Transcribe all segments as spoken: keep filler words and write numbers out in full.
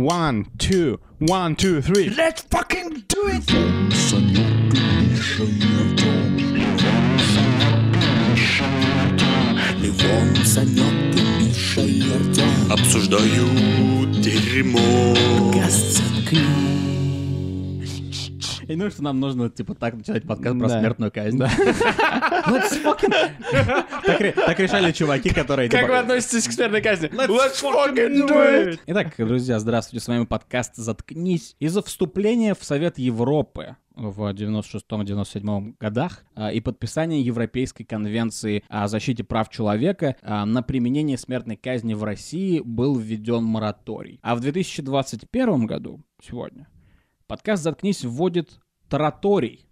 One, two, one, two, three. Let's fucking do it! Левон, Санек и Миша и Артем Обсуждают дерьмо. Подкаст «Заткнись». Я думаю, что нам нужно, типа, так начинать подкаст про Да. смертную казнь. Let's fucking... Так ре- Так решали чуваки, которые... Как типа- вы относитесь к смертной казни? Let's fucking do it! Итак, друзья, здравствуйте, с вами подкаст «Заткнись». Из-за вступления в Совет Европы в девяносто шестом - девяносто седьмом годах а, и подписания Европейской конвенции о защите прав человека а, на применение смертной казни в России был введен мораторий. А в две тысячи двадцать первом году, сегодня, подкаст «Заткнись» вводит тараторий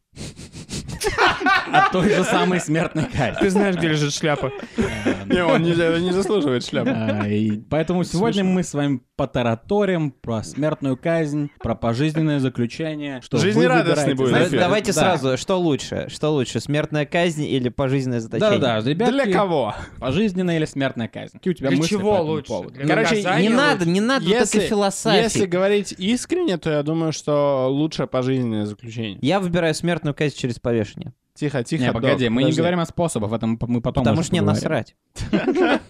от той же самой смертной казни. Ты знаешь, где лежит шляпа. Не, он не, не заслуживает шляпу. А, и поэтому сегодня мы с вами потараторим про смертную казнь, про пожизненное заключение. Что вы Жизнерадостный выбираете. будет Знаете, эфир. Давайте да. сразу, что лучше? Что лучше, смертная казнь или пожизненное заточение? Да-да-да, ребятки, Для кого? пожизненная или смертная казнь? Какие у тебя Для мысли чего по этому лучше? поводу? Для Короче, наказания Не лучше? надо, не надо вот этой философии. если говорить искренне, то я думаю, что лучше пожизненное заключение. Я выбираю смертную казнь через повешение. Тихо, тихо, Не, погоди, док, мы подожди. не говорим о способах, это мы мы потом Потому уже что не поговорим. насрать.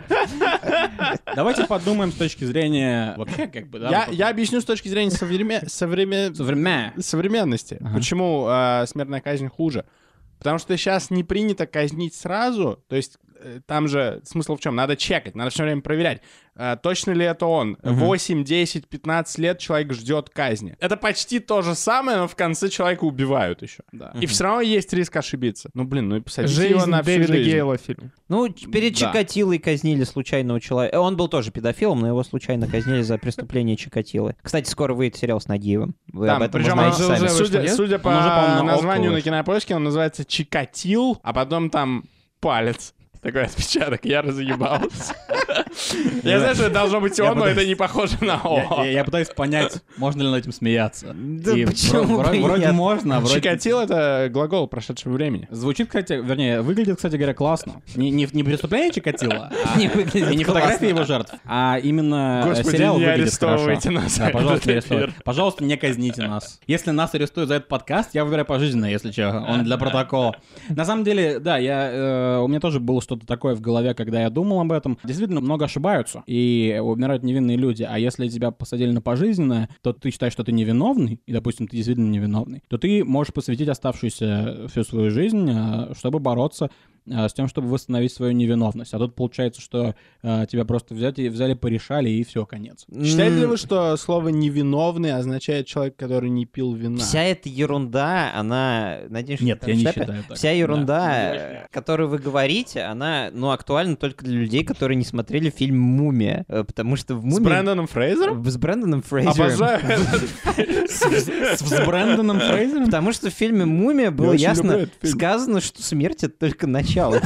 Давайте подумаем с точки зрения вообще как бы, да? Я, вот- я объясню с точки зрения современ... современ... Время. современности. Ага. Почему э, смертная казнь хуже? Потому что сейчас не принято казнить сразу, то есть э, там же смысл в чем? Надо чекать, надо все время проверять, э, точно ли это он. восемь, десять, пятнадцать лет человек ждет казни. Это почти то же самое, но в конце человека убивают еще. Да. И все равно есть риск ошибиться. Ну блин, ну и посадите его Жизнь на всю Дэвида жизнь. Гейла фильм. Ну, перед Да. Чикатилой казнили случайного человека. Он был тоже педофилом, но его случайно казнили за преступление Чикатилы. Кстати, скоро выйдет сериал с Нагиевым. Вы Там, об этом причем узнаете он же сами. уже судя, вышел, нет? судя по Он уже, по-моему, на названию Окко на вышел. Кинопоиске, он называется Чикатил, а потом там палец. Такой отпечаток, я разъебался. Я знаю, что это должно быть Я он, но пытаюсь- это не похоже на Я, О. я- я пытаюсь понять, можно ли над этим смеяться. Да И почему вро- бы и вроде нет? можно, а вроде... Чикатил — это глагол прошедшего времени. Звучит, кстати, вернее, выглядит, кстати говоря, классно. Не, не, не преступление Чикатило, а- Не выглядит и не классно. фотографии его жертв, а именно э, Господи, сериал не выглядит арестовывайте хорошо. нас Да, за пожалуйста, этот не арестуйте. эфир. Пожалуйста, не казните нас. Если нас арестуют за этот подкаст, я выбираю пожизненное, если что, он для протокола. На самом деле, да, я, э, у меня тоже было что-то такое в голове, когда я думал об этом. Действительно, много ошибаются, и умирают невинные люди. А если тебя посадили на пожизненное, то ты считаешь, что ты невиновный, и, допустим, ты действительно невиновный, то ты можешь посвятить оставшуюся всю свою жизнь, э, чтобы бороться э, с тем, чтобы восстановить свою невиновность. А тут получается, что э, тебя просто взять и взяли, порешали, и все, конец. Считаете ли М, вы, что слово «невиновный» означает человек, который не пил вина? Вся эта ерунда, она... Надеюсь, Нет, что я не шляпе? считаю так. Вся Да. ерунда, э, которую вы говорите, она, ну, актуальна только для людей, которые не смотрели фильм «Мумия». Э, Потому что в С «Мумии»... Брэндоном Фрейзером? С Брэндоном Фрейзером. Обожаю этот С, с Брэндоном Фрейзером? Потому что в фильме «Мумия» было очень люблю ясно этот фильм. сказано, что смерть — это только начало.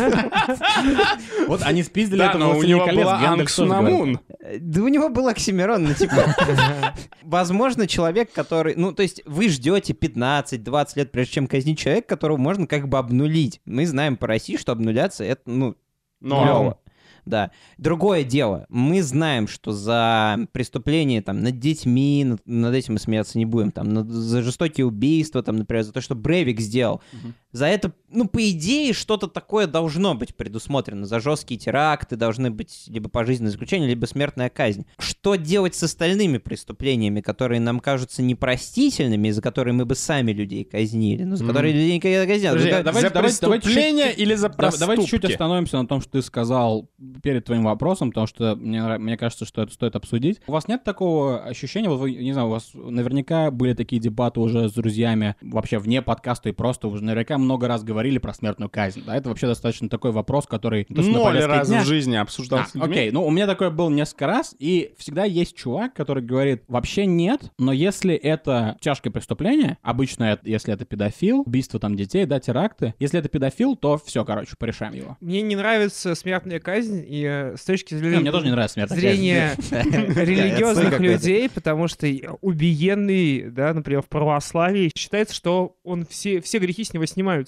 Вот они спиздили Да, это но у «Властелине него колец», была Гендальф тоже говорил. Анксунамун. Да у него был Оксимирон, ну типа... Возможно, человек, который... Ну, то есть вы ждете пятнадцать-двадцать лет, прежде чем казнить человека, которого можно как бы обнулить. Мы знаем по России, что обнуляться — это, ну, Но клёво. Да. Другое дело, мы знаем, что за преступление там над детьми, над, над этим мы смеяться не будем, там, над- за жестокие убийства, там, например, за то, что Брейвик сделал, за это, ну, по идее, что-то такое должно быть предусмотрено. За жесткие теракты должны быть либо пожизненное заключение, либо смертная казнь. Что делать с остальными преступлениями, которые нам кажутся непростительными, и за которые мы бы сами людей казнили, но за которые людей никогда не казнят? Подожди, Ну, давайте- за давайте- давайте преступление чуть- или за Да- проступки? Давайте чуть остановимся на том, что ты сказал перед твоим вопросом, потому что мне, нрав- мне кажется, что это стоит обсудить. У вас нет такого ощущения, вот вы, не знаю, у вас наверняка были такие дебаты уже с друзьями, вообще вне подкаста и просто уже наверняка много раз говорили про смертную казнь, да? Это вообще достаточно такой вопрос, который... не то, что на Ноль повестке раз дня. в жизни обсуждал А, с людьми. окей, ну у меня такое было несколько раз, и всегда есть чувак, который говорит, вообще нет, но если это тяжкое преступление, обычно это, если это педофил, убийство там детей, да, теракты, если это педофил, то все, короче, порешаем его. Мне не нравится смертная казнь, и э, с точки Не, зрения... мне тоже не нравится смертная казнь. зрения отстой религиозных какой-то. людей, потому что убиенный, да, например, в православии, считается, что он все, все грехи с него снимаются. По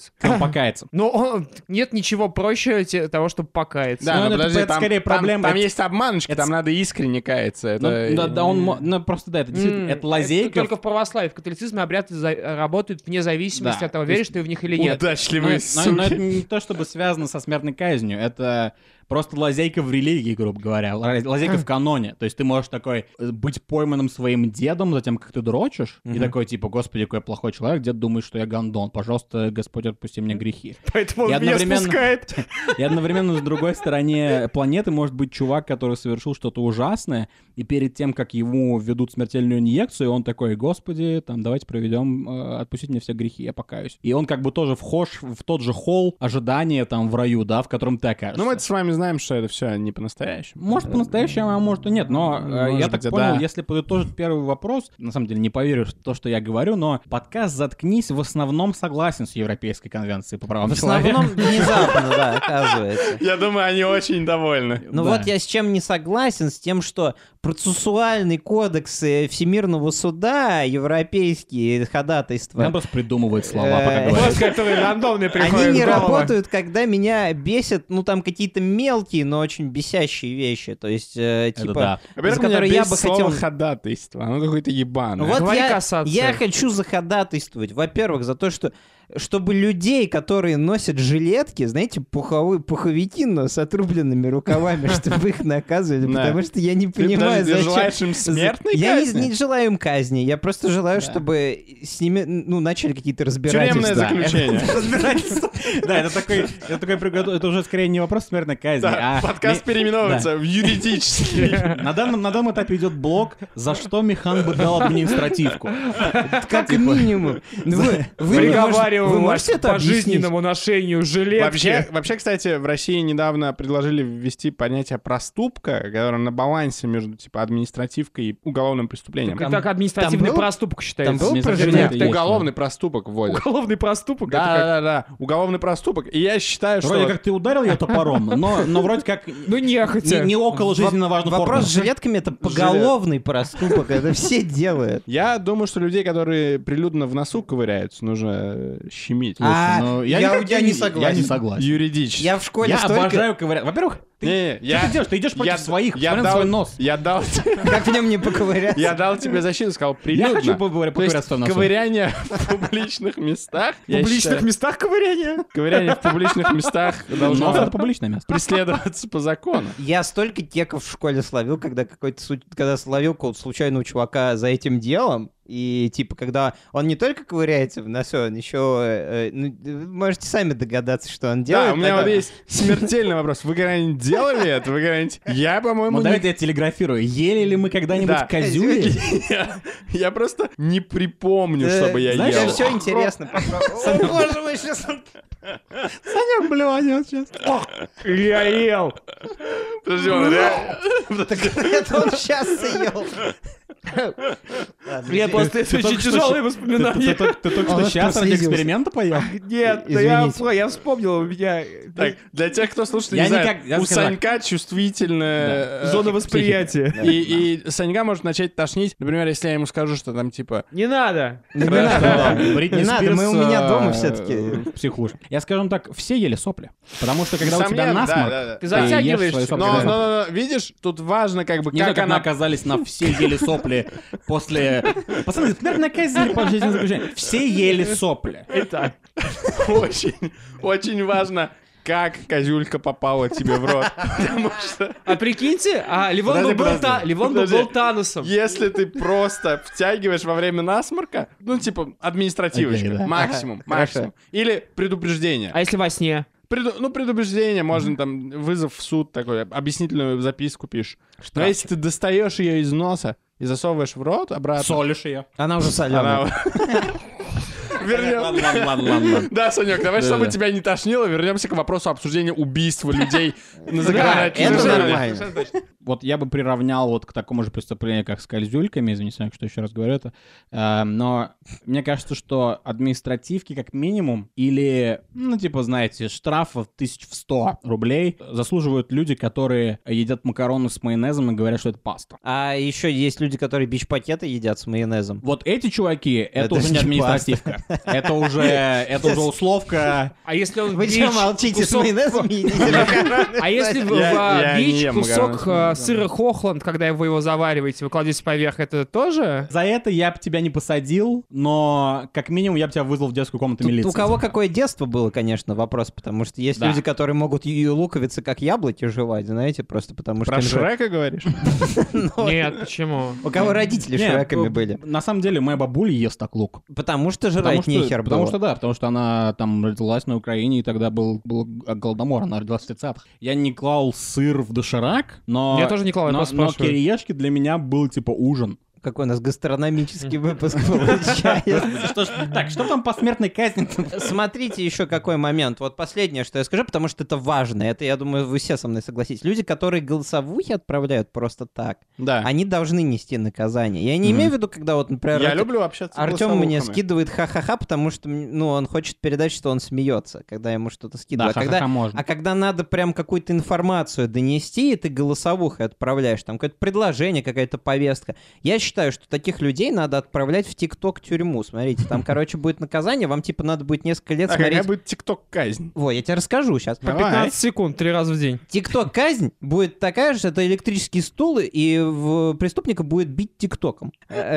покаяться. Ну, он- нет ничего проще те- того, чтобы покаяться. Да, Ну, но это- подожди, это там, скорее там- проблема, там это- есть обманочки, это там с- надо искренне каяться. Ну, Это... да, да, он, мо- ну, просто, да, это действительно, М, это лазейка. Только в православии. В католицизме обряды за- работают вне зависимости Да, от того, то есть веришь ты в них или нет. Ну, Удачливые но, но это суки. не то, чтобы связано со смертной казнью, это просто лазейка в религии, грубо говоря, ла- лазейка в каноне. То есть ты можешь такой э, быть пойманным своим дедом за тем, как ты дрочишь, и такой типа, господи, какой я плохой человек, дед думает, что я гондон, пожалуйста, Господь, отпусти мне грехи. Поэтому И он меня одновременно- спускает. И одновременно с другой стороне планеты может быть чувак, который совершил что-то ужасное, и перед тем, как ему введут смертельную инъекцию, он такой, господи, там, давайте проведем, э, отпустите мне все грехи, я покаюсь. И он как бы тоже вхож в тот же холл ожидания там в раю, да, в котором ты окажешься. Ну, мы с вами знаем, что это все не по-настоящему. Может, по-настоящему, а может и нет, но э, Может я так быть, понял, да. если подытожить первый вопрос, на самом деле не поверю в то, что я говорю, но подкаст «Заткнись» в основном согласен с Европейской конвенцией по правам В человека. основном внезапно, да, оказывается. Я думаю, они очень довольны. Ну Да. вот я с чем не согласен, с тем, что процессуальный кодекс э, Всемирного суда, европейские ходатайства, Он просто придумывает слова, пока Э, говорит. Вот, которые рандомные приходят они не в голову. работают, когда меня бесят, ну там какие-то мелкие, но очень бесящие вещи. То есть, э, Это типа, да. Во-первых, за меня которые я бесит бы слово хотел... ходатайство. Оно какое-то ебаное. Вот Говори я, касаться. я хочу заходатайствовать, во-первых, за то, что чтобы людей, которые носят жилетки, знаете, пуховые, пуховики, но с отрубленными рукавами, чтобы их наказывали, Да. потому что я не Ты, понимаю, подожди, зачем... желаешь им смертной Я не, казни? не желаю им казни, я просто желаю, Да. чтобы с ними, ну, начали какие-то Тюремное разбирательства. заключение. Разбирательство. Да, это такой, это такой приготов- это уже скорее не вопрос смертной казни, Да, а... подкаст ми- переименовывается в юридический. На данном, на данном этапе идет блог, за что Михан бы дал административку. Как минимум. Ну, Вы, вы, не можете- Приговариваю вы вас можете к это объяснить? пожизненному ношению жилетки. Вообще, вообще, кстати, в России недавно предложили ввести понятие проступка, которое на балансе между типа административкой и уголовным преступлением. Как, так административный там был- проступок считается. там был Административный про это жилетку? есть, Уголовный проступок вводят. Уголовный проступок. это Да, как- да, да, да. Уголовный проступок. И я считаю, что... Вроде как ты ударил ее топором, но, но вроде как Ну, не, нехотя. не около жизненно важных Вопрос органов. с жилетками — это поголовный проступок, это все делают. Я думаю, что людей, которые прилюдно в носу ковыряются, нужно э, щемить. А, Ну, я- не- я не Я не согласен. согласен. Юридически. Я в школе Я столько... обожаю ковырять. Во-первых, ты, Не-не, что я- ты делаешь? Ты идешь против я- своих, я посмотри на дал- свой нос. Я дал, Как в нем не поковыряться? я дал тебе защиту, сказал Я прилюдно. хочу поковыря- То есть поковыряться в твоем носу. ковыряние в публичных местах, В я публичных считаю, местах ковыряния. ковыряние в публичных местах Нос — должно это публичное место. преследоваться по закону. Я столько теков в школе словил, когда какой-то су- когда словил какого-то случайного чувака за этим делом, и типа, когда он не только ковыряется в носу, он еще... э, э, ну, вы можете сами догадаться, что он делает. Да, у меня тогда. вот есть смертельный вопрос. Вы когда-нибудь делали это? Вы когда-нибудь... Я, по-моему, Ну, не... давайте я телеграфирую. Ели ли мы когда-нибудь Да. козюли? Я, я просто не припомню, Э, чтобы я знаешь, ел. все интересно. О, боже мой, сейчас он... Санек блюванет сейчас. Я ел. Подожди, он реально... Это он сейчас съел. Ладно, Я извини. просто это очень только что тяжелые Ты, воспоминания. ты- ты только Он что сейчас ради прослезился. эксперимента поел? Нет, да я, Извините. я вспомнил, у меня Так, для тех, кто слушает, Я не знает, никак- я у скажу так. Санька чувствительная... э, зона восприятия. И, и Санька может начать тошнить. Например, если я ему скажу, что там типа... Не надо. Да не надо. Бритни Не надо, Спирс, мы у меня э, дома всё-таки. в психушке. Я скажем так, все ели сопли. Потому что когда у тебя Несомненно, насморк, да, да, да. Ты ты ешь затягиваешь. свои сопли. Но, но, Да. но, но, видишь, тут важно как бы, Не знаю, как как мы она... оказались на все ели сопли после... Пацаны, смертная казнь или пожизненное заключение? Все ели сопли. Итак, Очень, очень важно, как козюлька попала тебе в рот. Потому что а прикиньте, а Ливон Подожди, бы был, подожди. та- Ливон бы Подожди. был Таносом. если ты просто втягиваешь во время насморка, ну, типа, административочка, Окей, да. максимум, Ага, максимум. Или предупреждение. А если во сне? Преду- Ну, предупреждение, можно там вызов в суд такой, объяснительную записку пишешь. Но если ты достаешь ее из носа и засовываешь в рот обратно... Солишь ее. Она уже соленая. Она... Вернем. Ладно, ладно, ладно, ладно. Да, Санек, давай, Да, чтобы да. тебя не тошнило, вернемся к вопросу обсуждения убийства людей на Да, заграничном. это Совершенно нормально. совершенно точно. Вот я бы приравнял вот к такому же преступлению, как с козюльками, извините, Санек, что еще раз говорю это. Э, Но мне кажется, что административки как минимум или, ну, типа, знаете, штрафов тысяч в сто рублей заслуживают люди, которые едят макароны с майонезом и говорят, что это паста. А еще есть люди, которые бич-пакеты едят с майонезом. Вот эти чуваки, это, Это уже не не административка. Это уже, это уже условка. А если он Вы бич что молчите с кусок- майонезом едите? А если в Я- в, я не бич ем кусок макароны. э, сыра Хохланд, когда вы его завариваете, вы кладете поверх, это тоже? За это я бы тебя не посадил, но как минимум я бы тебя вызвал в детскую комнату Тут милиции. у кого какое детство было, конечно, вопрос, потому что есть Да. люди, которые могут и луковицы как яблоки жевать, знаете, просто потому что... Про им же- Шрека говоришь? Ну, Нет, почему? У кого родители Не, Шреками э, были? На самом деле моя бабуля ест так лук. Потому что Потому жрать что, нехер потому было. что да, потому что она там родилась на Украине, и тогда был, был голодомор, она родилась в тридцатых. Я не клал сыр в доширак, но... Я тоже не клал, я но, просто но спрашиваю. кириешки для меня был типа ужин. Какой у нас гастрономический выпуск получается. Что ж, так, что там по смертной казни? Смотрите еще какой момент. Вот последнее, что я скажу, потому что это важно. Это, я думаю, вы все со мной согласитесь. Люди, которые голосовухи отправляют просто так, Да. они должны нести наказание. Я не имею в виду, когда вот, например, Я Ар- люблю общаться с Артем мне голосовухами. скидывает ха-ха-ха, потому что ну, он хочет передать, что он смеется, когда ему что-то Да, скидывают. А ха-ха-ха когда, можно. а когда надо прям какую-то информацию донести, и ты голосовухой отправляешь, там какое-то предложение, какая-то повестка. Я считаю, что таких людей надо отправлять в ТикТок тюрьму. Смотрите, там, короче, будет наказание, вам типа надо будет несколько лет А какая смотреть. будет тикток-казнь? Во, я тебе расскажу сейчас. По пятнадцать секунд, три раза в день. ТикТок-казнь будет такая же, это электрические стулы, и в- преступника будет бить ТикТоком.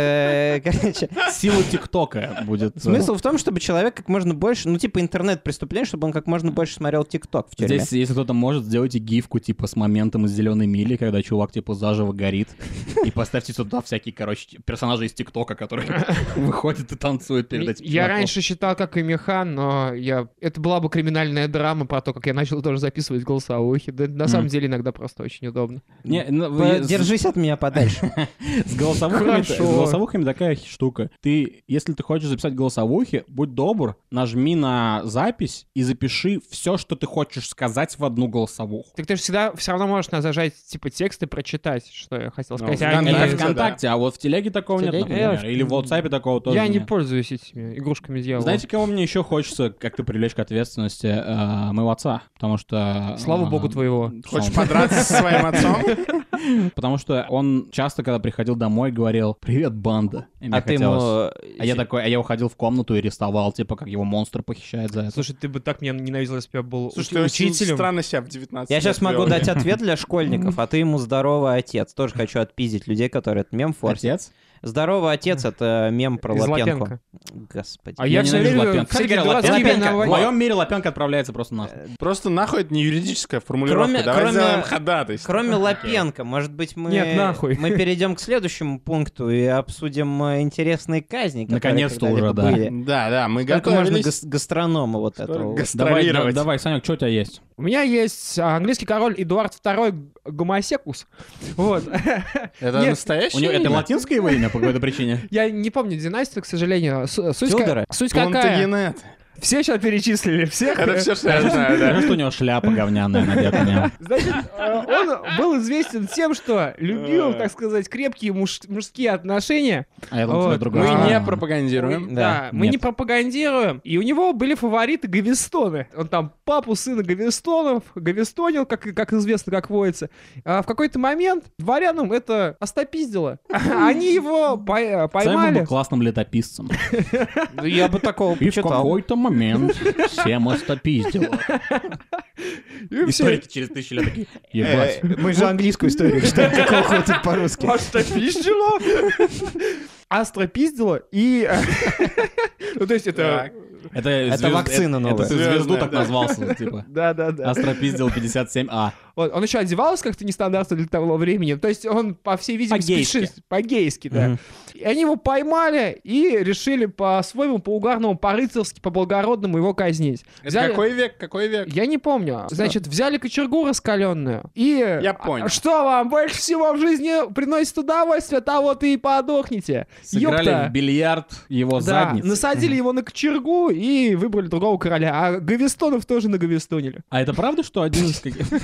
Э, Короче, Сила ТикТока будет. э, смысл в том, чтобы человек как можно больше, ну, типа интернет-преступление, чтобы он как можно больше смотрел ТикТок в тюрьме. Здесь, если кто-то может, сделайте гифку, типа, с моментом из «Зеленой мили», когда чувак, типа, заживо горит, и поставьте сюда всякие, короче, персонажи из ТикТока, которые выходят и танцуют перед этим Я чуваком. раньше считал как и Механ, но я... это была бы криминальная драма про то, как я начал тоже записывать голосовухи. Да, на самом деле иногда просто очень удобно. Не, ну, вы- с- Держись от меня подальше. С голосовухами, Хорошо. с голосовухами такая штука. Ты, если ты хочешь записать голосовухи, будь добр, нажми на запись и запиши все, что ты хочешь сказать в одну голосовуху. Так ты же всегда все равно можешь зажать типа текст и прочитать, что я хотел Ну, сказать. в а ВКонтакте, не- Это ВКонтакте, а вот в Телеге такого В нет, Телеге? например. Я- Или в WhatsApp такого тоже Я не нет. пользуюсь этими игрушками дьявола. Знаете, кого мне еще хочется как-то привлечь к ответственности? Э, моего отца. Потому что... Слава э, богу твоего. Хочешь слава- подраться со своим отцом? Потому что он часто, когда приходил домой, говорил: «Привет, банда». И мне А ты хотелось- ему... А я такой, а я уходил в комнату и рисовал, типа, как его монстр похищает за это. Слушай, ты бы так меня ненавидел, если бы я был Слушай, уч- ты очень учителем. странно себя в девятнадцать Я лет сейчас могу вел. дать ответ для школьников, а ты ему здоровый отец. Тоже хочу отпиздить людей, которые этот мем форсят. Отец? Здоровый отец — это мем про Из Лапенко. Лапенко. Господи. А я всё ненавижу время Лапенко. Кстати всякие говоря, дурацкие Лапенко, имена в наводил. моем мире Лапенко отправляется просто нахуй. Просто нахуй это не юридическая формулировка. Кроме- Давай кроме- сделаем ходатайство. Кроме Лапенко, может быть, мы... Нет, нахуй. Мы перейдем к следующему пункту и обсудим э, интересные казни, которые Наконец-то когда-либо уже, да. были. Да, да, мы Сколько можно готовились. гас- гастронома вот этого? вот? Давай, да- гастролировать. давай, Санек, что у тебя есть? У меня есть а, английский король Эдуард второй Гомосекус. Вот. Это Нет, настоящее У него это имя? латинское его имя по какой-то причине? Я не помню династию, к сожалению. Су- Суть, ка- Тюдоры? суть какая? Плантагенет. Все сейчас перечислили, всех. Это все, что я знаю, Скажи, да. что у него шляпа говняная надета на нем. Значит, э, он был известен тем, что любил, так сказать, крепкие муж- мужские отношения. А я думал, Вот. тебе другое. Мы А. не пропагандируем. Да, Да, мы нет. не пропагандируем. И у него были фавориты Гавестоны. Он там папу сына Гавестонов, Гавестонил, как, как известно, как водится. А в какой-то момент дворянам это остопиздило. Они его по- Сэм был поймали. классным летописцем. Я бы такого И в почитал. какой-то момент всем остопиздило. И всё. Историки через тысячу лет такие: ебать. Мы же английскую историю читаем, какого хватит по-русски. Остопиздило. Астропиздило и... Ну, то есть это... Это, Это звезд- вакцина это- новая. Это ты звезду Звездная, так да. назвался, типа. Да-да-да. Астропиздил пятьдесят семь А. Вот, он еще одевался как-то нестандартно для того времени. То есть он, по всей видимости, По-гейски. спешил- По-гейски, да. Мгм. И они его поймали и решили по-своему, по-угарному, по-рыцарски, по-благородному его казнить. Это Взяли- какой век? Какой век? Я не помню. Значит, взяли кочергу раскаленную и... Я понял. А что вам больше всего в жизни приносит удовольствие, того ты и подохнете. Сыграли Ёпта. в бильярд его Да, задницей. насадили его на кочергу и выбрали другого короля. А Гавестонов тоже на Гавестонили. А это правда, что один из каких...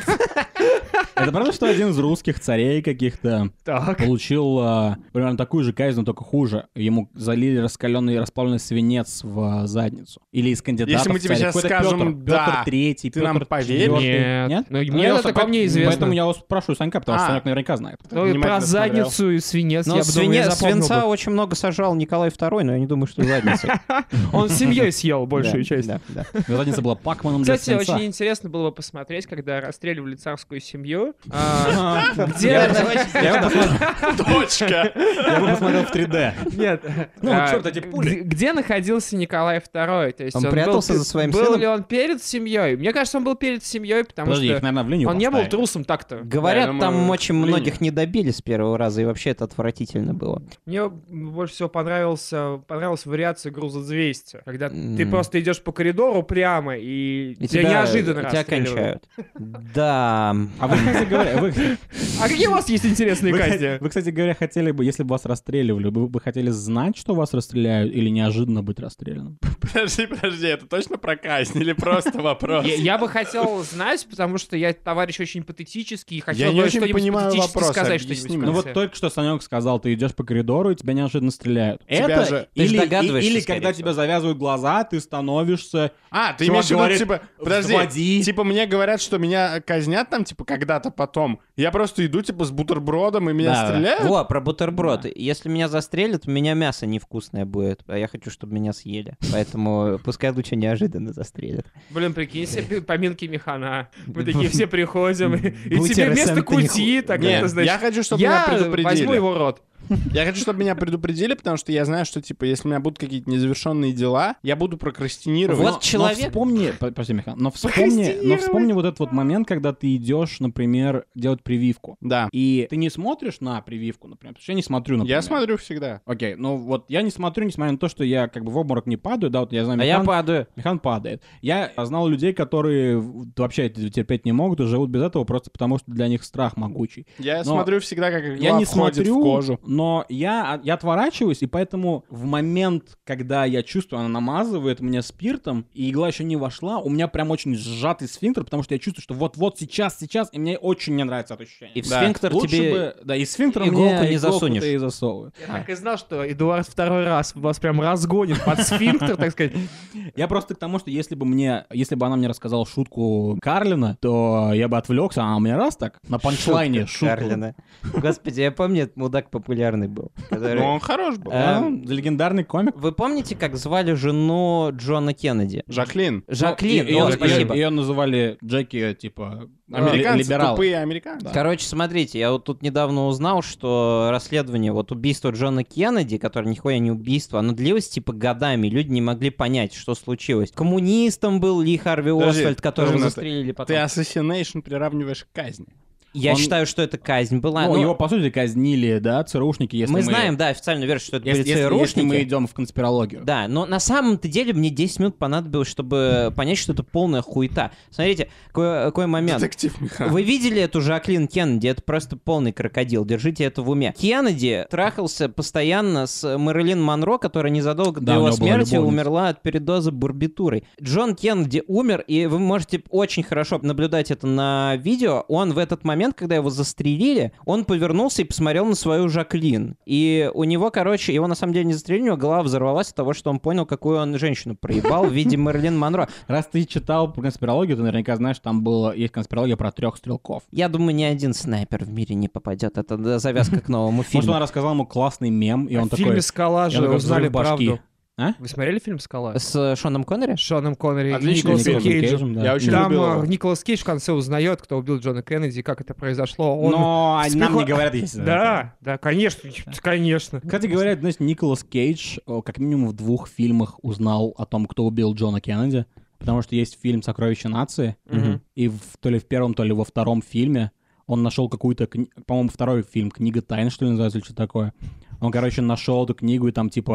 Это правда, что один из русских царей каких-то Так. получил а, примерно такую же казнь, но только хуже. Ему залили раскаленный расплавленный свинец в задницу. Или из кандидатов Если мы в тебе цари. сейчас Какой-то скажем Петр, «да», Петр Третий, ты Петр нам поверишь? Четвёртый. Нет. Нет? Ну, Ну, мне я это вот по мне известно. Поэтому я вас спрашиваю Санька, потому что А. Санек наверняка знает. Ну, и Внимательно про смотрел. задницу и свинец Но я бы думаю, я свине- запомнил свинца бы. очень много сажал Николай Второй, но я не думаю, что задница. Он с семьей съел большую Да, часть. да, да. Его задница была пакманом для Кстати, свинца. очень интересно было бы посмотреть, когда расстреливали царскую семью. а, Где... Я бы посмотрел- Точка. я бы посмотрел в три дэ. Нет. Ну, а, чёрт, эти пули. Где, где находился Николай Второй? То есть Он был прятался пе- за своим был сыном? ли он перед семьей? Мне кажется, он был перед семьей, потому Подожди, их, что наверное, в линию он не был поставили. трусом так-то. Говорят, я там думаю, очень линия. многих не добили с первого раза, и вообще это отвратительно было. Мне больше всего понравился, понравилась вариация груза двести, когда ты М. просто идешь по коридору прямо, и, И тебя, неожиданно тебя расстреливают. кончают. Да. А вы, кстати говоря, вы, А какие у вас есть интересные вы, казни? вы, кстати говоря, хотели бы, если бы вас расстреливали, вы бы хотели знать, что вас расстреляют, или неожиданно быть расстрелянным? Подожди, подожди, это точно про казнь или просто вопрос? Я, я бы хотел знать, потому что я товарищ очень патетический, и хотел Я не бы очень что-нибудь понимаю патетически вопрос, сказать объясни что-нибудь. мне. в Ну вот конце. только что Санек сказал, ты идешь по коридору, и тебя неожиданно стреляют. Тебя Это же- ты же или, догадываешься, или скорее когда всего. тебя завязывают глаза, ты становишься... А, ты Чувак имеешь в виду, говорит, типа, подожди, «Взводи». типа мне говорят, что меня казнят там, типа, когда-то потом. Я просто иду, типа, с бутербродом, и меня Да, да. стреляют? Во, про бутерброд. Если меня застрелят, у меня мясо невкусное будет, а я хочу, чтобы меня съели. Поэтому пускай лучше неожиданно застрелят. Блин, прикинь себе поминки механа. Мы такие все приходим, и, и Бутеры тебе вместо Сантани- кути, так Нет, это значит... я хочу, чтобы я меня предупредили. возьму его рот. Я хочу, чтобы меня предупредили, потому что я знаю, что, типа, если у меня будут какие-то незавершенные дела, я буду прокрастинировать. Вот Но- человек- Но вспомни, по- подожди, Михан, но вспомни, но вспомни вот этот вот момент, когда ты идешь, например, делать прививку. Да. И ты не смотришь на прививку, например. Потому что я не смотрю, например. Я смотрю всегда. Окей, ну вот я не смотрю, несмотря на то, что я как бы в обморок не падаю, да, вот я знаю, А я Михан, падаю. Михан падает. Я знал людей, которые в- вообще это терпеть не могут и живут без этого просто потому, что для них страх могучий. Я Но смотрю всегда, как игла Я не входит смотрю, в кожу. но я, я отворачиваюсь, и поэтому в момент, когда я чувствую, она намазывает меня спиртом, и игла еще не вошла, у меня прям очень сжатый сфинктер, потому что я чувствую, что вот-вот сейчас, сейчас, и мне очень не нравится это ощущение. И в Да. сфинктер Лучше тебе... бы, да, и сфинктер иголку мне не иголку-то засунешь. и засовываю. Я так и знал, что Эдуард второй раз вас прям разгонит под сфинктер, так сказать. Я просто к тому, что если бы мне, если бы она мне рассказала шутку Карлина, то я бы отвлекся, а она мне раз так на панчлайне шутку. Карлина. Господи, я помню, этот мудак популярный был. который- Ну, он хорош был. А, Да, легендарный комик. Вы помните, как звали жену Джона Кеннеди? Жаклин. Жаклин, Ее, о, спасибо. называли Джеки, типа, Американцы, либералы. тупые американцы. Короче, смотрите, я вот тут недавно узнал, что расследование вот убийства Джона Кеннеди, которое нихуя не убийство, оно длилось типа годами, люди не могли понять, что случилось. Коммунистом был Ли Харви Подожди, Освальд, которого подожди, застрелили потом. Ты assassination приравниваешь к казни. Я Он- считаю, что это казнь была. Ну, но его, по сути, казнили, да, ЦРУшники, если мы... мы знаем, да, официальную версию, что это если, были если- если ЦРУшники. мы идем в конспирологию. Да, но на самом-то деле мне десять минут понадобилось, чтобы понять, что это полная хуета. Смотрите, какой, какой момент. Детектив Михан. Вы видели эту Жаклин Кеннеди? Это просто полный крокодил. Держите это в уме. Кеннеди трахался постоянно с Мэрилин Монро, которая незадолго Да, до у его него была смерти любовница. умерла от передоза барбитурой. Джон Кеннеди умер, и вы можете очень хорошо наблюдать это на видео. Он в этот момент, когда его застрелили, он повернулся и посмотрел на свою Жаклин. И у него, короче, его на самом деле не застрелили, у него голова взорвалась от того, что он понял, какую он женщину проебал в виде Мэрилин Монро. Раз ты читал про конспирологию, ты наверняка знаешь, там было, есть конспирология про трех стрелков. Я думаю, ни один снайпер в мире не попадет. Это да, завязка к новому Может, он фильму. рассказал ему классный мем, и он в такой... фильме «Скала» и он же такой, узнали взрыв башки. правду. А? Вы смотрели фильм «Скала»? С э, Шоном Коннери? С Шоном Коннери и Отличный Николасом фильм. Кейджем. да. Я очень Там любил э, его. Николас Кейдж в конце узнает, кто убил Джона Кеннеди, и как это произошло. Он... Но они нам не спеку- говорят, если... Да, да, конечно, конечно. Кстати говоря, знаешь, Николас Кейдж о, как минимум в двух фильмах узнал о том, кто убил Джона Кеннеди, потому что есть фильм «Сокровища нации», Мгм. и в, то ли в первом, то ли во втором фильме он нашел какую-то, кни- по-моему, второй фильм «Книга тайн», что ли, называется, или что такое. Он, короче, нашел эту книгу, и там, типа,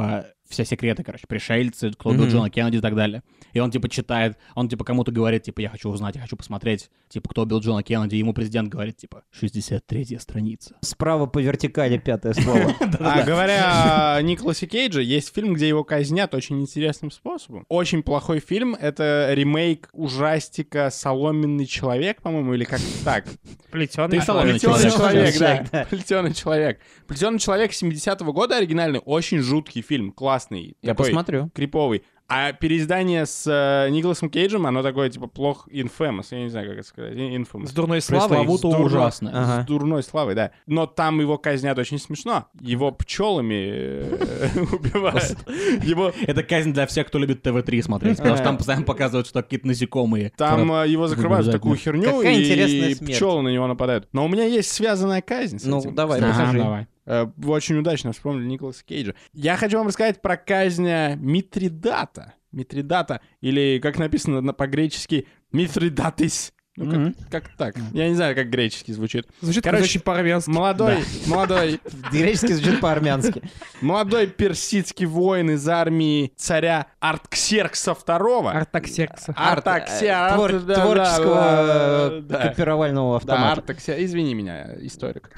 все секреты, короче, пришельцы, кто убил Мгм. Джона Кеннеди и так далее. И он, типа, читает, он, типа, кому-то говорит, типа, я хочу узнать, я хочу посмотреть, типа, кто убил Джона Кеннеди. И ему президент говорит, типа, шестьдесят третья страница. Справа по вертикали пятое слово. А говоря о Николасе Кейдже, есть фильм, где его казнят очень интересным способом. Очень плохой фильм. Это ремейк ужастика «Соломенный человек», по-моему, или как-то так. Плетеный Ты соломенный Плетеный человек. человек, да. Плетеный человек. Плетеный человек семидесятого года оригинальный. Очень жуткий фильм. Классный. Я такой посмотрю. Криповый. А переиздание с э, Николасом Кейджем, оно такое, типа, плохо infamous. Я не знаю, как это сказать. Infamous. С дурной славой. Пресловуто С дурно- ужасно. Ага. С дурной славой, да. Но там его казнят очень смешно. Его пчелами э, убивают. Его... Это казнь для всех, кто любит тэ вэ три смотреть, потому что там постоянно показывают, что какие-то насекомые. Там которые- э, его закрывают в Обязательно. такую херню, Какая интересная и смерть. пчелы на него нападают. Но у меня есть связанная казнь с Ну, этим. давай, Ага, расскажи. давай. Э, Вы очень удачно вспомнили Николаса Кейджа. Я хочу вам рассказать про казнь Митридата. Митридата, или, как написано на- по-гречески, Митридатис. Ну, как, Мгм. как так? Я не знаю, как греческий звучит. Звучит Короче, очень по-армянски. Молодой, молодой, Греческий звучит по-армянски. молодой персидский воин из армии царя Артксеркса второго. Артаксеркса. Артаксеркс. Твор- да, да, Творческого да, да. копировального Да, автомата. Артаксеркс. Извини меня, историк.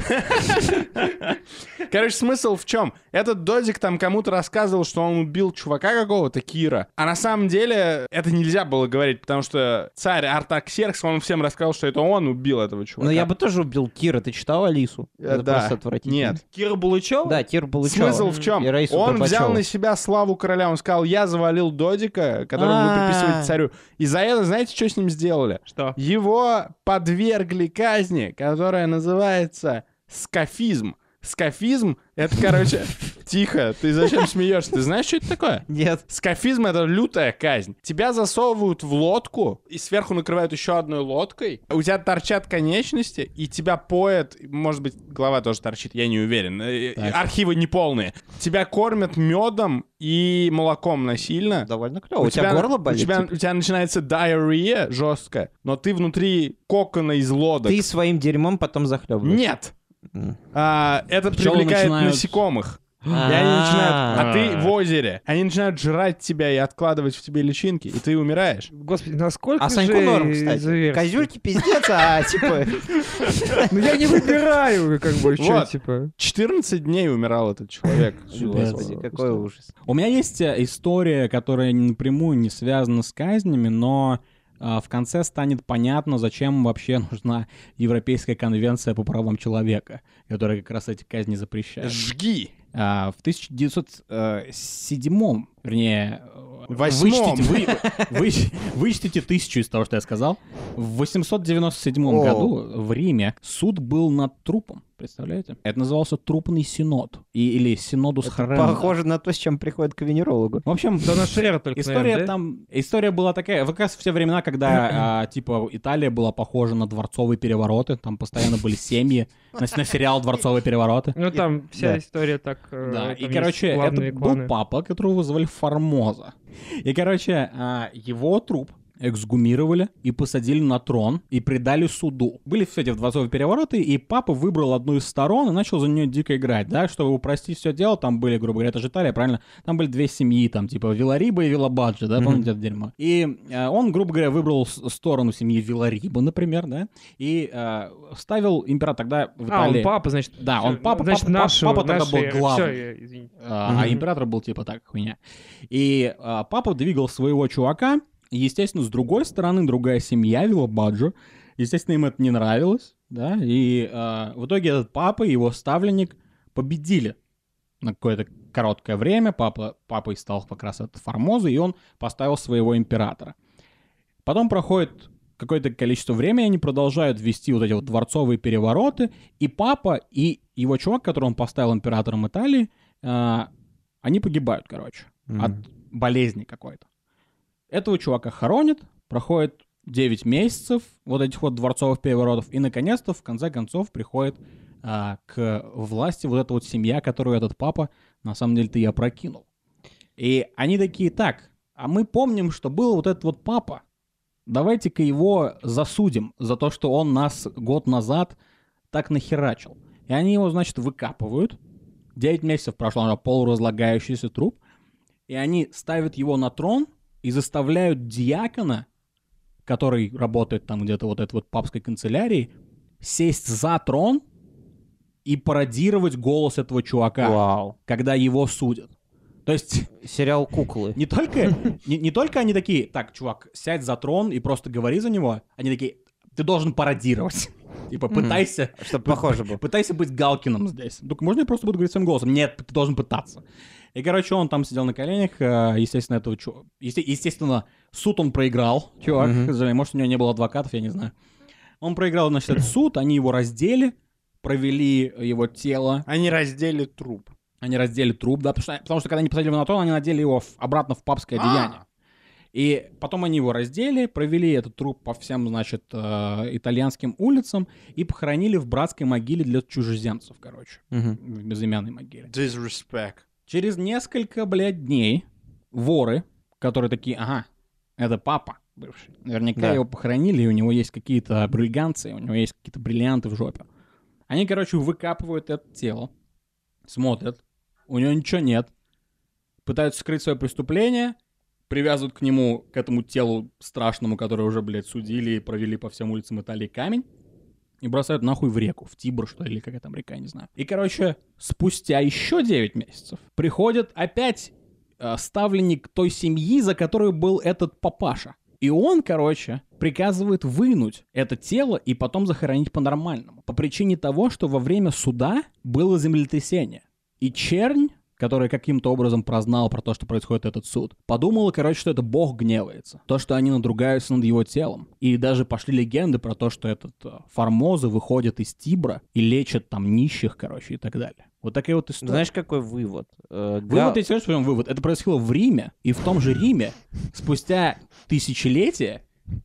Короче, смысл в чем? Этот додик там кому-то рассказывал, что он убил чувака какого-то, Кира. А на самом деле это нельзя было говорить, потому что царь Артаксеркс, он всем рассказал, что это он убил этого чувака. Но я бы тоже убил Кира. Ты читал Алису? Э, Это да. просто отвратительно. Нет. Кира Булычева? Да, Кир Булычева. Смысл в чем? И Раису Он взял Горбачеву. на себя славу короля. Он сказал, я завалил додика, которого вы А. приписываете царю. И за это, знаете, что с ним сделали? Что? Его подвергли казни, которая называется скафизм. Скафизм — это, короче... Тихо, ты зачем смеешься? Ты знаешь, что это такое? Нет. Скафизм — это лютая казнь. Тебя засовывают в лодку, и сверху накрывают еще одной лодкой. У тебя торчат конечности, и тебя поят... Может быть, голова тоже торчит, я не уверен. Э, Так. Архивы неполные. Тебя кормят медом и молоком насильно. Довольно клево. У тебя горло болит? У тебя, типа? у тебя начинается диарея жесткая, но ты внутри кокона из лодок. Ты своим дерьмом потом захлебываешь. Нет! М. А, это Пчелы привлекает начинают- насекомых. И они начинают... А А. ты в озере. Они начинают жрать тебя и откладывать в тебе личинки, и ты умираешь. Господи, насколько А же Саньку норм, кстати. изуверски? Козюльки пиздец, а типа... Ну я не выбираю, как бы, что, Вот. типа. четырнадцать дней умирал этот человек. Господи, какой ужас. У меня есть э, история, которая напрямую не связана с казнями, но а, в конце станет понятно, зачем вообще нужна Европейская конвенция по правам человека, которая как раз эти казни запрещает. Жги! А, в тысяча девятьсот седьмом, вернее, э, Восьмом. вычтите, вы, вы- вычтите тысячу из того, что я сказал. В восемьсот девяносто седьмом О. году в Риме суд был над трупом. Представляете? Это назывался трупный синод. И, или синодус хорренда. Похоже на то, с чем приходит к венерологу. В общем, До нашей эры только, история наверное, да? там... История была такая... Как раз в те времена, когда, а, типа, Италия была похожа на дворцовые перевороты. Там постоянно были семьи. На, на сериал «Дворцовые перевороты». Ну там вся Да. история так... э, Да, там и, есть короче, это главные был кланы. папа, которого звали Формоза. И, короче, а, его труп эксгумировали и посадили на трон и предали суду. Были все эти дворцовые перевороты, и папа выбрал одну из сторон и начал за нее дико играть, да, чтобы упростить все дело. Там были, грубо говоря, это же Италия, правильно? Там были две семьи, там, типа, Вилариба и Вилабаджи, да, помните это дерьмо? И э, он, грубо говоря, выбрал с- сторону семьи Вилариба, например, да, и э, ставил император тогда в А, Италии. он папа, значит. Да, всё, он папа, значит, папа, нашего, папа тогда был нашей- главным. всё, я- извините. А, а император был типа так, хуйня. И а, папа двигал своего чувака, и, естественно, с другой стороны, другая семья Вилабаджо, естественно, им это не нравилось, да, и а, в итоге этот папа и его ставленник победили на какое-то короткое время, папа, папой стал как раз этот Формоза, и он поставил своего императора. Потом проходит какое-то количество времени, они продолжают вести вот эти вот дворцовые перевороты, и папа, и его чувак, которого он поставил императором Италии, а, они погибают, короче, от болезни какой-то. Этого чувака хоронят, проходит девять месяцев вот этих вот дворцовых переворотов, и, наконец-то, в конце концов, приходит а, к власти вот эта вот семья, которую этот папа, на самом деле-то, и опрокинул. И они такие, так, а мы помним, что был вот этот вот папа, давайте-ка его засудим за то, что он нас год назад так нахерачил. И они его, значит, выкапывают. девять месяцев прошло, он полуразлагающийся труп. И они ставят его на трон и заставляют диакона, который работает там где-то вот этой вот папской канцелярии, сесть за трон и пародировать голос этого чувака, Вау. когда его судят. То есть Сериал «Куклы». не только, не, не только они такие, так, чувак, сядь за трон и просто говори за него, они такие, ты должен пародировать. Типа, пытайся... Чтобы похоже было. Пытайся быть Галкиным здесь. Только можно я просто буду говорить своим голосом? Нет, ты должен пытаться. И, короче, он там сидел на коленях, естественно, этого чувака... Естественно, суд он проиграл, чувак. Mm-hmm. Может, у него не было адвокатов, я не знаю. Он проиграл, значит, этот суд, они его раздели, провели его тело. Они раздели труп. Они раздели труп, да, потому что, потому что когда они посадили его на трон, они надели его в, обратно в папское одеяние. И потом они его раздели, провели этот труп по всем, значит, э, итальянским улицам и похоронили в братской могиле для чужеземцев, короче. Мгм. В безымянной могиле. Disrespect. Через несколько, блядь, дней воры, которые такие, ага, это папа бывший. Наверняка Да. его похоронили, и у него есть какие-то бриллианты, у него есть какие-то бриллианты в жопе. Они, короче, выкапывают это тело, смотрят, у него ничего нет, пытаются скрыть свое преступление, привязывают к нему, к этому телу страшному, которое уже, блядь, судили и провели по всем улицам Италии камень, и бросают нахуй в реку, в Тибр, что ли, или какая там река, я не знаю. И, короче, спустя еще девять месяцев приходит опять э, ставленник той семьи, за которую был этот папаша. И он, короче, приказывает вынуть это тело и потом захоронить по-нормальному. По причине того, что во время суда было землетрясение. И чернь, который каким-то образом прознал про то, что происходит этот суд, подумала, короче, что это бог гневается. То, что они надругаются над его телом. И даже пошли легенды про то, что этот э, Формоза выходит из Тибра и лечит там нищих, короче, и так далее. Вот такая вот история. Знаешь, какой вывод? Э, Вывод, Гал- я тебе скажу, вывод. Это происходило в Риме, и в том же Риме спустя тысячелетия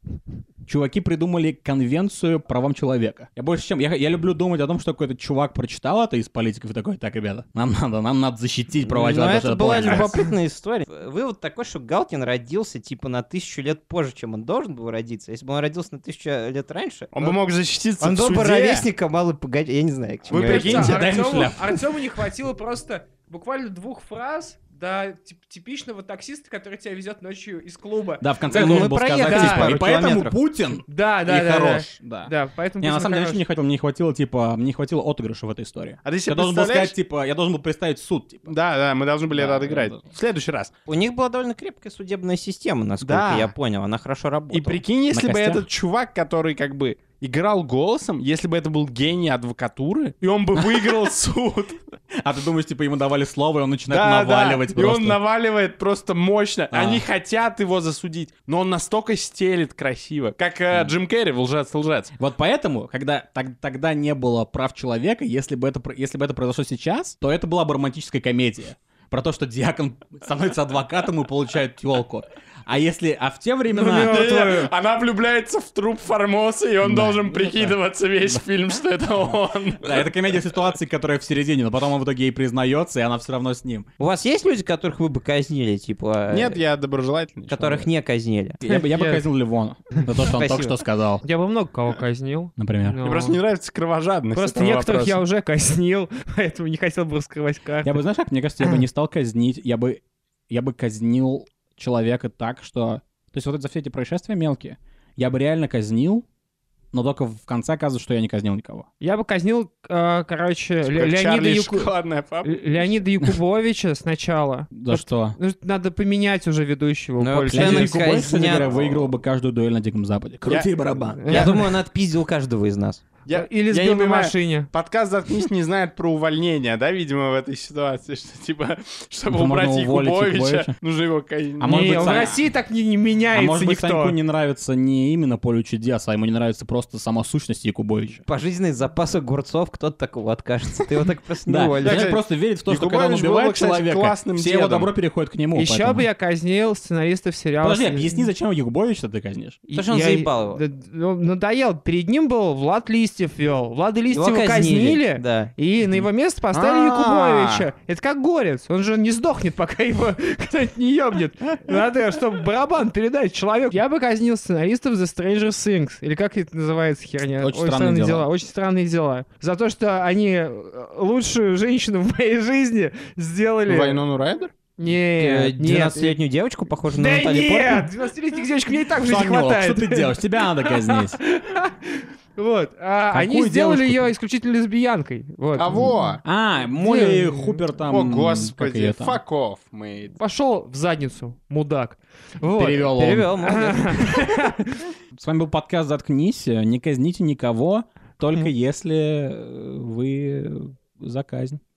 чуваки придумали конвенцию правам человека. Я больше чем... Я, я люблю думать о том, что какой-то чувак прочитал это из политиков и такой, так, ребята, нам надо, нам надо защитить права Но человека. это потому была что это плохо». любопытная история. Вывод такой, что Галкин родился типа на тысячу лет позже, чем он должен был родиться. Если бы он родился на тысячу лет раньше, Он бы мог защититься он в был бы суде. ровесник Камалы Погоди. Я не знаю, к чему. Вы я прикиньте, это. дай ему Артему, шляпу. Артему не хватило просто буквально двух фраз до тип- типичного таксиста, который тебя везет ночью из клуба. Да, в конце Ну, должен мы был сказать, проехали типа, пару и поэтому километров. Путин Да, и да, да, хорош. да. Да. Да, поэтому Не, на Путин самом деле хорош. ничего не хватило, мне не хватило, типа, мне не хватило отыгрыша в этой истории. А ты себе Я должен был представляешь? сказать, типа, я должен был представить суд, типа. Да, да, мы должны были Да, это отыграть. да, да. В следующий раз. У них была довольно крепкая судебная система, насколько Да. я понял. Она хорошо работала. И прикинь, если На бы костях? этот чувак, который как бы играл голосом, если бы это был гений адвокатуры, и он бы выиграл суд. А ты думаешь, типа, ему давали слово, и он начинает Да, наваливать да. И просто. он наваливает просто мощно. А. Они хотят его засудить, но он настолько стелит красиво. Как э, Джим Керри в «Лжец-лжец». Вот поэтому, когда так- тогда не было прав человека, если бы, это, про- если бы это произошло сейчас, то это была бы романтическая комедия. Про то, что диакон становится адвокатом и получает тёлку. А если... А в те времена... Не-не, Она влюбляется в труп Формоса, и он Да. должен прикидываться весь фильм, что это он. Да, это комедия ситуации, которая в середине, но потом он в итоге ей признается, и она все равно с ним. У вас есть люди, которых вы бы казнили, типа... э, Нет, я доброжелательный. Которых не казнили? Я, бы- я бы Я- казнил Ливона за то, что он Спасибо. только что сказал, Я бы много кого казнил. например. но- Мне просто не нравится кровожадность Просто этого некоторых я вопроса. уже казнил, поэтому не хотел бы раскрывать карты. Я бы, знаешь как, мне кажется, я бы не стал казнить, я бы, я бы казнил человека так, что... То есть вот это за все эти происшествия мелкие, я бы реально казнил, но только в конце оказывается, что я не казнил никого. Я бы казнил, э, короче, Типа Ле- как Леонида, Чарли и Яку- шоколадная фабрика. Ле- Леонида Якубовича сначала. За что? Ну, надо поменять уже ведущего. Ну, больше. Леонид Леонид Якубович, кстати казнят. говоря, выиграл бы каждую дуэль на Диком Западе. Крути барабан. Я думаю, он отпиздил каждого из нас. Я- Или я сбил не на понимаю, машине. Подкаст «Заткнись» не знает про увольнение, да, видимо, в этой ситуации, что, типа, чтобы Можно убрать уволить Якубовича, Якубовича. нужно его казнить. А может Не, быть, в Саня- России так не, не А меняется может быть, никто. Саньку не нравится не именно поле чудес, а ему не нравится просто сама сущность Якубовича. Пожизненный запас огурцов, кто-то такого откажется. Ты его так просто не Да, уволишь. человек кстати, просто верит в то, что когда он Якубович был бы, убивает кстати, человека, классным все его дедом. добро переходит к нему. Еще поэтому- бы я казнил сценаристов сериала. Подожди, с- объясни, зачем Якубовича ты казнишь? Потому что он Я- заебал его. да, ну, надоел. Перед ним был Влад Листьев вел. Влада Листьева Его казнили, казнили, да. и на его место поставили А-а-а. Якубовича. Это как Горец. Он же не сдохнет, пока его кто-нибудь не ебнет. Надо, чтобы барабан передать человеку. Я бы казнил сценаристов The Stranger Things. Или как это называется херня? Очень странные дела. Очень странные дела. За то, что они э, лучшую женщину в моей жизни сделали... Вайнону Райдер? Э, Нет, нет. двенадцатилетнюю девочку, похожую на Да Наталью Портман? нет, двенадцатилетних девочек мне и так в жизни Санек, хватает. что ты делаешь? Тебя надо казнить. Вот. А, они Какую сделали девушку? ее исключительно лесбиянкой. Вот. Кого? А, Молли Где? Хупер там... О, как господи, её там? fuck off, mate. Пошел в задницу, мудак. Вот. Перевел он. Перевел, молодец. С вами был подкаст «Заткнись». Не казните никого, только если э, вы за казнь.